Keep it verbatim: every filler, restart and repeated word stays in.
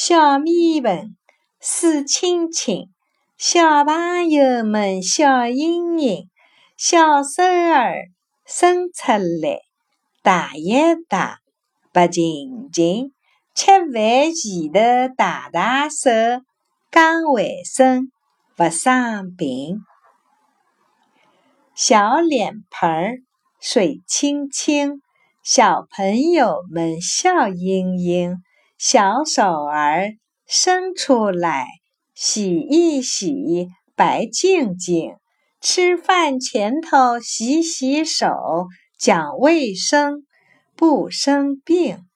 小咪粉水清清，小朋友们笑盈盈，小手儿伸出来，打一打，不停停，吃饭前头打打手，讲卫生，不生病。小脸盆儿水清清，小朋友们笑盈盈，小手儿伸出来，洗一洗，白净净。吃饭前头洗洗手，讲卫生，不生病。